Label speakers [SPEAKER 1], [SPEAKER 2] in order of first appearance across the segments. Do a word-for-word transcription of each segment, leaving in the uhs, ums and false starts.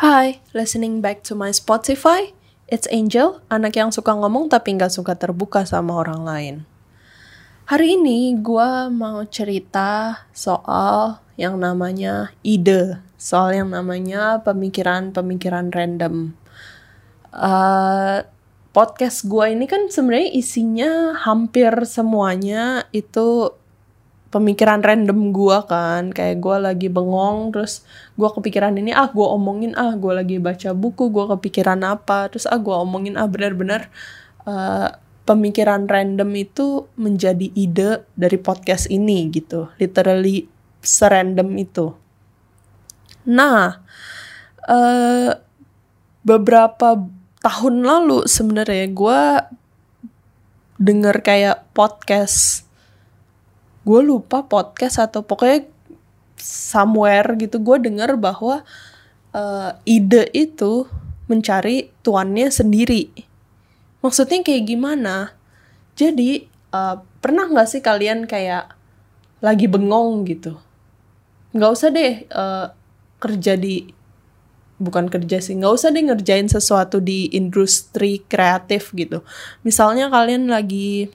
[SPEAKER 1] Hi, listening back to my Spotify. It's Angel, anak yang suka ngomong tapi nggak suka terbuka sama orang lain. Hari ini gue mau cerita soal yang namanya ide, soal yang namanya pemikiran-pemikiran random. Uh, podcast gue ini kan sebenarnya isinya hampir semuanya itu pemikiran random gue kan, kayak gue lagi bengong terus gue kepikiran ini, ah gue omongin, ah gue lagi baca buku, gue kepikiran apa, terus ah gue omongin, ah benar-benar uh, pemikiran random itu menjadi ide dari podcast ini gitu, literally serandom itu. Nah, uh, beberapa tahun lalu sebenarnya gue denger kayak podcast, gue lupa podcast atau pokoknya somewhere gitu, gue denger bahwa uh, ide itu mencari tuannya sendiri. Maksudnya kayak gimana? Jadi uh, pernah gak sih kalian kayak lagi bengong gitu? Gak usah deh uh, kerja di, bukan kerja sih, gak usah deh ngerjain sesuatu di industri kreatif gitu. Misalnya kalian lagi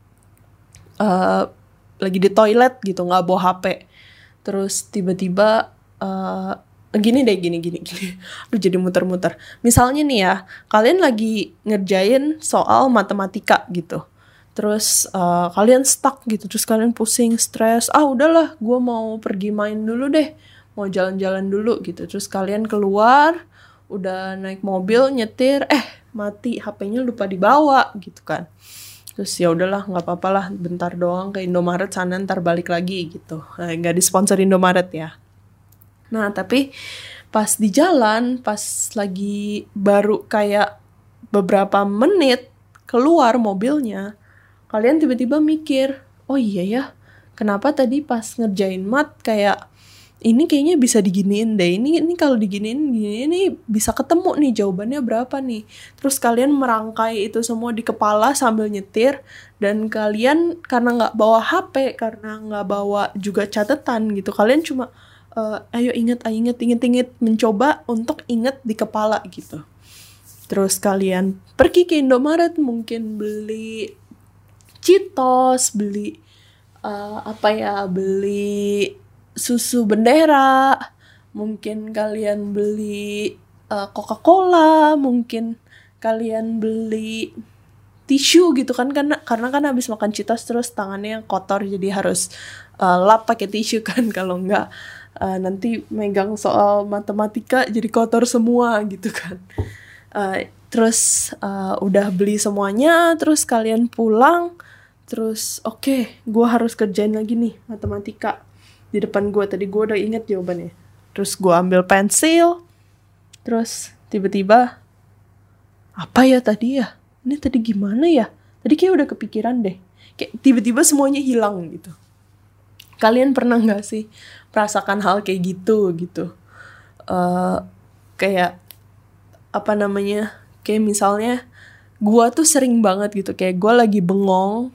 [SPEAKER 1] uh, lagi di toilet gitu, nggak bawa H P, terus tiba-tiba uh, gini deh gini gini gini, aduh jadi muter-muter. Misalnya nih ya, kalian lagi ngerjain soal matematika gitu, terus uh, kalian stuck gitu, terus kalian pusing, stres, ah udahlah, gue mau pergi main dulu deh, mau jalan-jalan dulu gitu, terus kalian keluar, udah naik mobil nyetir, eh mati H P-nya lupa dibawa gitu kan. Terus ya udahlah, nggak apa-apa lah, bentar doang ke Indomaret sana, ntar balik lagi gitu. Nah, nggak disponsor Indomaret ya. Nah tapi pas di jalan, pas lagi baru kayak beberapa menit keluar mobilnya, kalian tiba-tiba mikir, oh iya ya, kenapa tadi pas ngerjain mat kayak ini kayaknya bisa diginiin deh, ini ini kalau diginiin gini ini bisa ketemu nih jawabannya berapa nih. Terus kalian merangkai itu semua di kepala sambil nyetir, dan kalian karena nggak bawa H P, karena nggak bawa juga catatan gitu, kalian cuma uh, ayo inget, ayo inget, inget, inget, mencoba untuk inget di kepala gitu. Terus kalian pergi ke Indomaret, mungkin beli Cheetos, beli uh, apa ya, beli susu bendera, mungkin kalian beli uh, Coca-Cola, mungkin kalian beli tisu gitu kan, karena karena kan habis makan Cheetos terus tangannya kotor, jadi harus uh, lap pakai tisu kan, kalau enggak uh, nanti megang soal matematika jadi kotor semua gitu kan. Uh, terus uh, udah beli semuanya, terus kalian pulang, terus oke, okay, gue harus kerjain lagi nih matematika di depan gue, tadi gue udah inget jawabannya. Terus gue ambil pensil, terus tiba-tiba apa ya tadi ya, ini tadi gimana ya, tadi kayak udah kepikiran deh, kayak tiba-tiba semuanya hilang gitu. Kalian pernah nggak sih merasakan hal kayak gitu gitu? Uh, kayak apa namanya, kayak misalnya gue tuh sering banget gitu, kayak gue lagi bengong,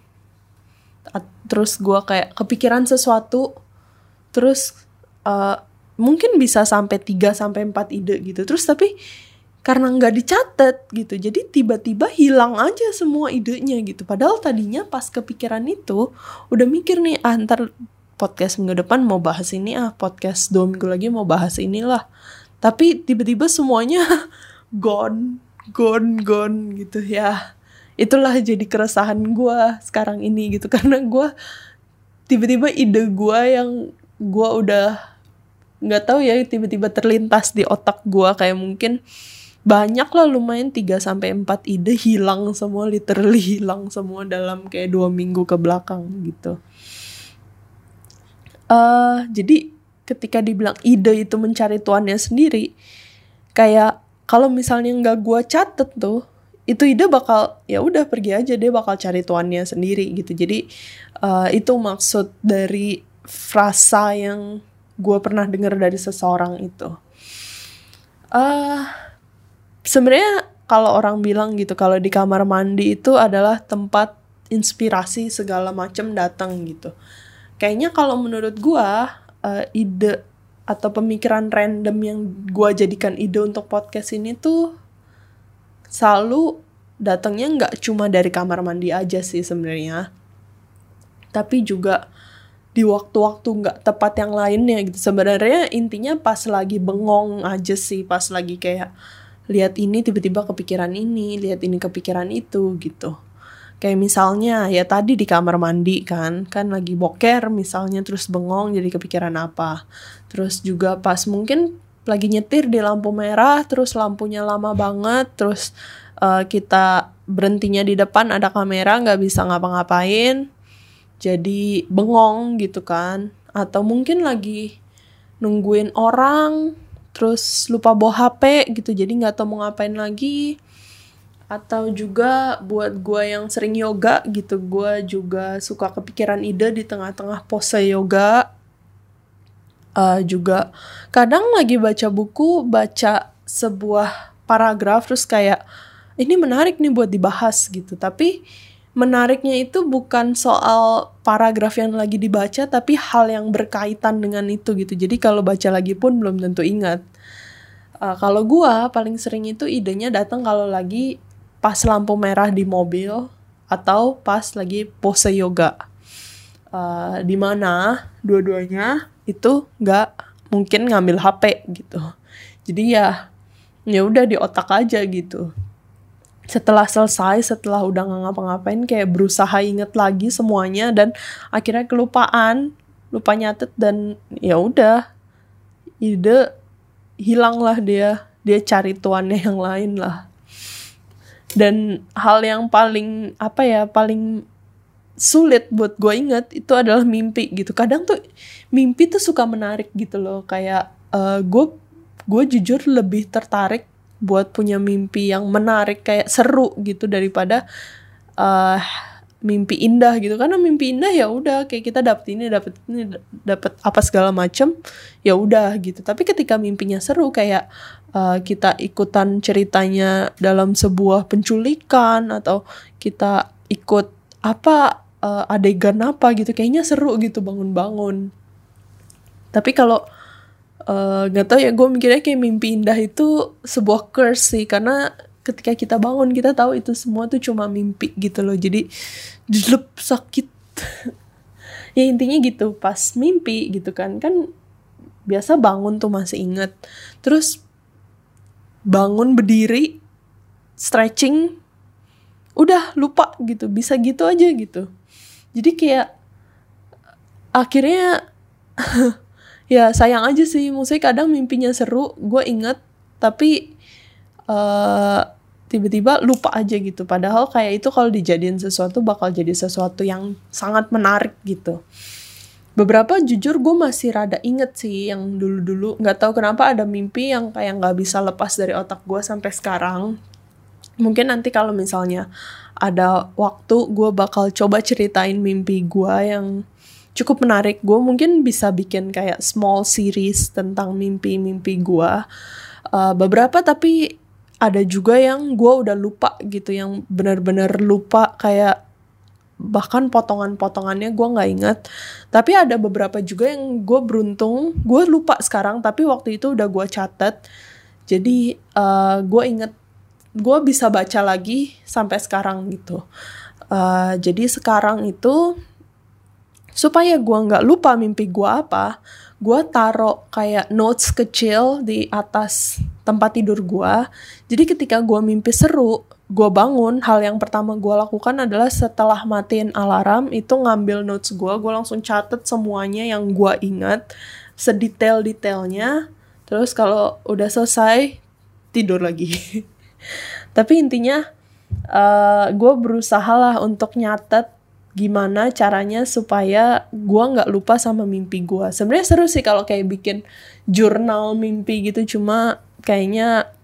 [SPEAKER 1] terus gue kayak kepikiran sesuatu, terus uh, mungkin bisa sampai tiga sampai empat ide gitu. Terus tapi karena nggak dicatat gitu, jadi tiba-tiba hilang aja semua idenya gitu. Padahal tadinya pas kepikiran itu udah mikir nih, ah ntar podcast minggu depan mau bahas ini, ah podcast dua minggu lagi mau bahas inilah. Tapi tiba-tiba semuanya gone, gone, gone gitu ya. Itulah jadi keresahan gue sekarang ini gitu, karena gue tiba-tiba ide gue yang gue udah nggak tahu ya, tiba-tiba terlintas di otak gue, kayak mungkin banyak lah, lumayan tiga sampai empat ide hilang semua, literally hilang semua dalam kayak dua minggu ke belakang gitu. Uh, jadi ketika dibilang ide itu mencari tuannya sendiri, kayak kalau misalnya nggak gue catet tuh, itu ide bakal ya udah pergi aja, dia bakal cari tuannya sendiri gitu. Jadi uh, itu maksud dari frasa yang gue pernah dengar dari seseorang itu. Uh, sebenarnya kalau orang bilang gitu, kalau di kamar mandi itu adalah tempat inspirasi segala macam datang gitu. Kayaknya kalau menurut gue uh, ide atau pemikiran random yang gue jadikan ide untuk podcast ini tuh selalu datangnya nggak cuma dari kamar mandi aja sih sebenarnya, tapi juga di waktu-waktu nggak tepat yang lainnya gitu. Sebenarnya intinya pas lagi bengong aja sih, pas lagi kayak lihat ini tiba-tiba kepikiran ini, lihat ini kepikiran itu gitu. Kayak misalnya ya tadi di kamar mandi kan, kan lagi boker misalnya terus bengong jadi kepikiran apa. Terus juga pas mungkin lagi nyetir di lampu merah terus lampunya lama banget, terus uh, kita berhentinya di depan ada kamera nggak bisa ngapa-ngapain, jadi bengong gitu kan. Atau mungkin lagi nungguin orang terus lupa bawa H P gitu, jadi nggak tahu mau ngapain lagi. Atau juga buat gue yang sering yoga gitu, gue juga suka kepikiran ide di tengah-tengah pose yoga. Uh, juga kadang lagi baca buku, baca sebuah paragraf terus kayak ini menarik nih buat dibahas gitu. Tapi menariknya itu bukan soal paragraf yang lagi dibaca, tapi hal yang berkaitan dengan itu gitu. Jadi kalau baca lagi pun belum tentu ingat. Uh, kalau gue paling sering itu idenya datang kalau lagi pas lampu merah di mobil atau pas lagi pose yoga, uh, di mana dua-duanya itu nggak mungkin ngambil H P gitu. Jadi ya ya udah di otak aja gitu. Setelah selesai, setelah udah nggak ngapa-ngapain, kayak berusaha inget lagi semuanya dan akhirnya kelupaan, lupa nyatet dan ya udah ide hilang lah, dia dia cari tuannya yang lain lah. Dan hal yang paling apa ya paling sulit buat gue inget itu adalah mimpi gitu. Kadang tuh mimpi tuh suka menarik gitu loh. Kayak uh, gue gue jujur lebih tertarik buat punya mimpi yang menarik, kayak seru gitu daripada uh, mimpi indah gitu. Karena mimpi indah ya udah kayak kita dapet ini dapet ini dapet apa segala macem ya udah gitu. Tapi ketika mimpinya seru kayak Uh, kita ikutan ceritanya dalam sebuah penculikan atau kita ikut apa uh, adegan apa gitu, kayaknya seru gitu bangun-bangun. Tapi kalau uh, gak tau ya, gue mikirnya kayak mimpi indah itu sebuah curse sih, karena ketika kita bangun kita tahu itu semua tuh cuma mimpi gitu loh, jadi jelek sakit. Ya intinya gitu, pas mimpi gitu kan kan biasa bangun tuh masih inget, terus bangun berdiri, stretching, udah lupa gitu, bisa gitu aja gitu. Jadi kayak akhirnya ya sayang aja sih, maksudnya kadang mimpinya seru, gue inget, tapi uh, tiba-tiba lupa aja gitu. Padahal kayak itu kalau dijadiin sesuatu bakal jadi sesuatu yang sangat menarik gitu. Beberapa jujur gue masih rada inget sih yang dulu-dulu. Gak tahu kenapa ada mimpi yang kayak gak bisa lepas dari otak gue sampai sekarang. Mungkin nanti kalau misalnya ada waktu gue bakal coba ceritain mimpi gue yang cukup menarik. Gue mungkin bisa bikin kayak small series tentang mimpi-mimpi gue. Uh, beberapa tapi ada juga yang gue udah lupa gitu. Yang benar-benar lupa, kayak bahkan potongan-potongannya gue gak inget. Tapi ada beberapa juga yang gue beruntung gue lupa sekarang, tapi waktu itu udah gue catat. Jadi uh, gue inget, gue bisa baca lagi sampai sekarang gitu. uh, Jadi sekarang itu supaya gue gak lupa mimpi gue apa, gue taruh kayak notes kecil di atas tempat tidur gue. Jadi ketika gue mimpi seru, gue bangun, hal yang pertama gue lakukan adalah setelah matiin alarm itu ngambil notes gue, gue langsung catet semuanya yang gue ingat, sedetail-detailnya. Terus kalau udah selesai, tidur lagi. Tapi intinya uh, gue berusaha lah untuk nyatet gimana caranya supaya gue nggak lupa sama mimpi gue. Sebenarnya seru sih kalau kayak bikin jurnal mimpi gitu, cuma kayaknya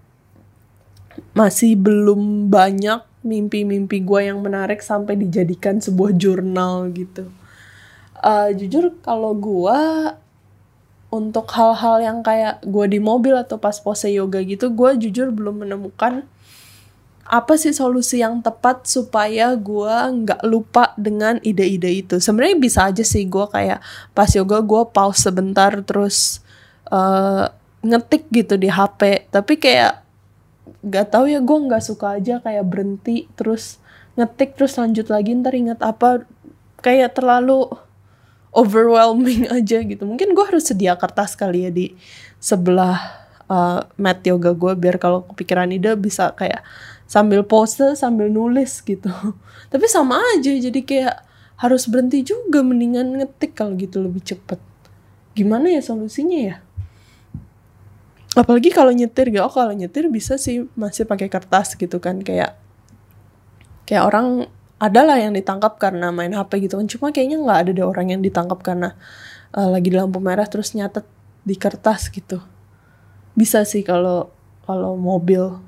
[SPEAKER 1] masih belum banyak mimpi-mimpi gue yang menarik sampai dijadikan sebuah jurnal gitu. Uh, jujur kalau gue untuk hal-hal yang kayak gue di mobil atau pas pose yoga gitu, gue jujur belum menemukan apa sih solusi yang tepat supaya gue nggak lupa dengan ide-ide itu. Sebenarnya bisa aja sih gue kayak pas yoga gue pause sebentar terus uh, ngetik gitu di H P, tapi kayak gak tahu ya, gue nggak suka aja kayak berhenti terus ngetik terus lanjut lagi ntar ingat apa, kayak terlalu overwhelming aja gitu. Mungkin gue harus sedia kertas kali ya di sebelah uh, mat yoga gue, biar kalau kepikiran ide bisa kayak sambil pose sambil nulis gitu. Tapi sama aja, jadi kayak harus berhenti juga, mendingan ngetik kalau gitu lebih cepet. Gimana ya solusinya ya? Apalagi kalau nyetir gitu. Oh, kalau nyetir bisa sih masih pakai kertas gitu kan, kayak kayak orang adalah yang ditangkap karena main H P gitu kan. Cuma kayaknya nggak ada deh orang yang ditangkap karena uh, lagi di lampu merah terus nyatet di kertas gitu. Bisa sih kalau kalau mobil.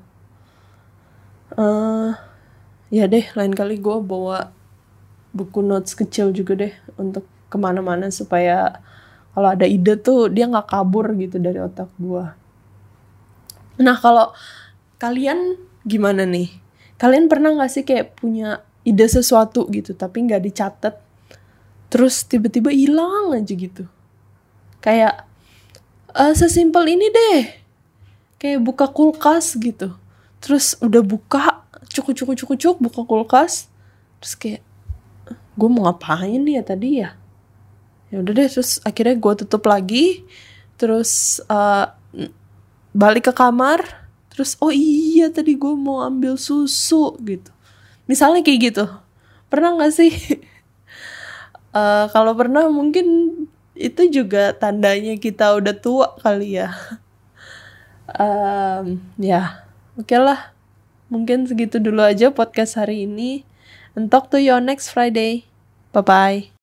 [SPEAKER 1] Uh, ya deh, lain kali gue bawa buku notes kecil juga deh untuk kemana-mana, supaya kalau ada ide tuh dia nggak kabur gitu dari otak gue. Nah, kalau kalian gimana nih? Kalian pernah nggak sih kayak punya ide sesuatu gitu tapi nggak dicatat, terus tiba-tiba hilang aja gitu? Kayak uh, sesimpel ini deh, kayak buka kulkas gitu, terus udah buka cuk cuk cuk cuk buka kulkas, terus kayak gue mau ngapain ya tadi ya? Ya udah deh, terus akhirnya gue tutup lagi, terus uh, balik ke kamar, terus oh iya tadi gue mau ambil susu gitu. Misalnya kayak gitu. Pernah gak sih? uh, kalau pernah mungkin itu juga tandanya kita udah tua kali ya. um, ya oke okay lah. Mungkin segitu dulu aja podcast hari ini. And talk to you on next Friday. Bye-bye.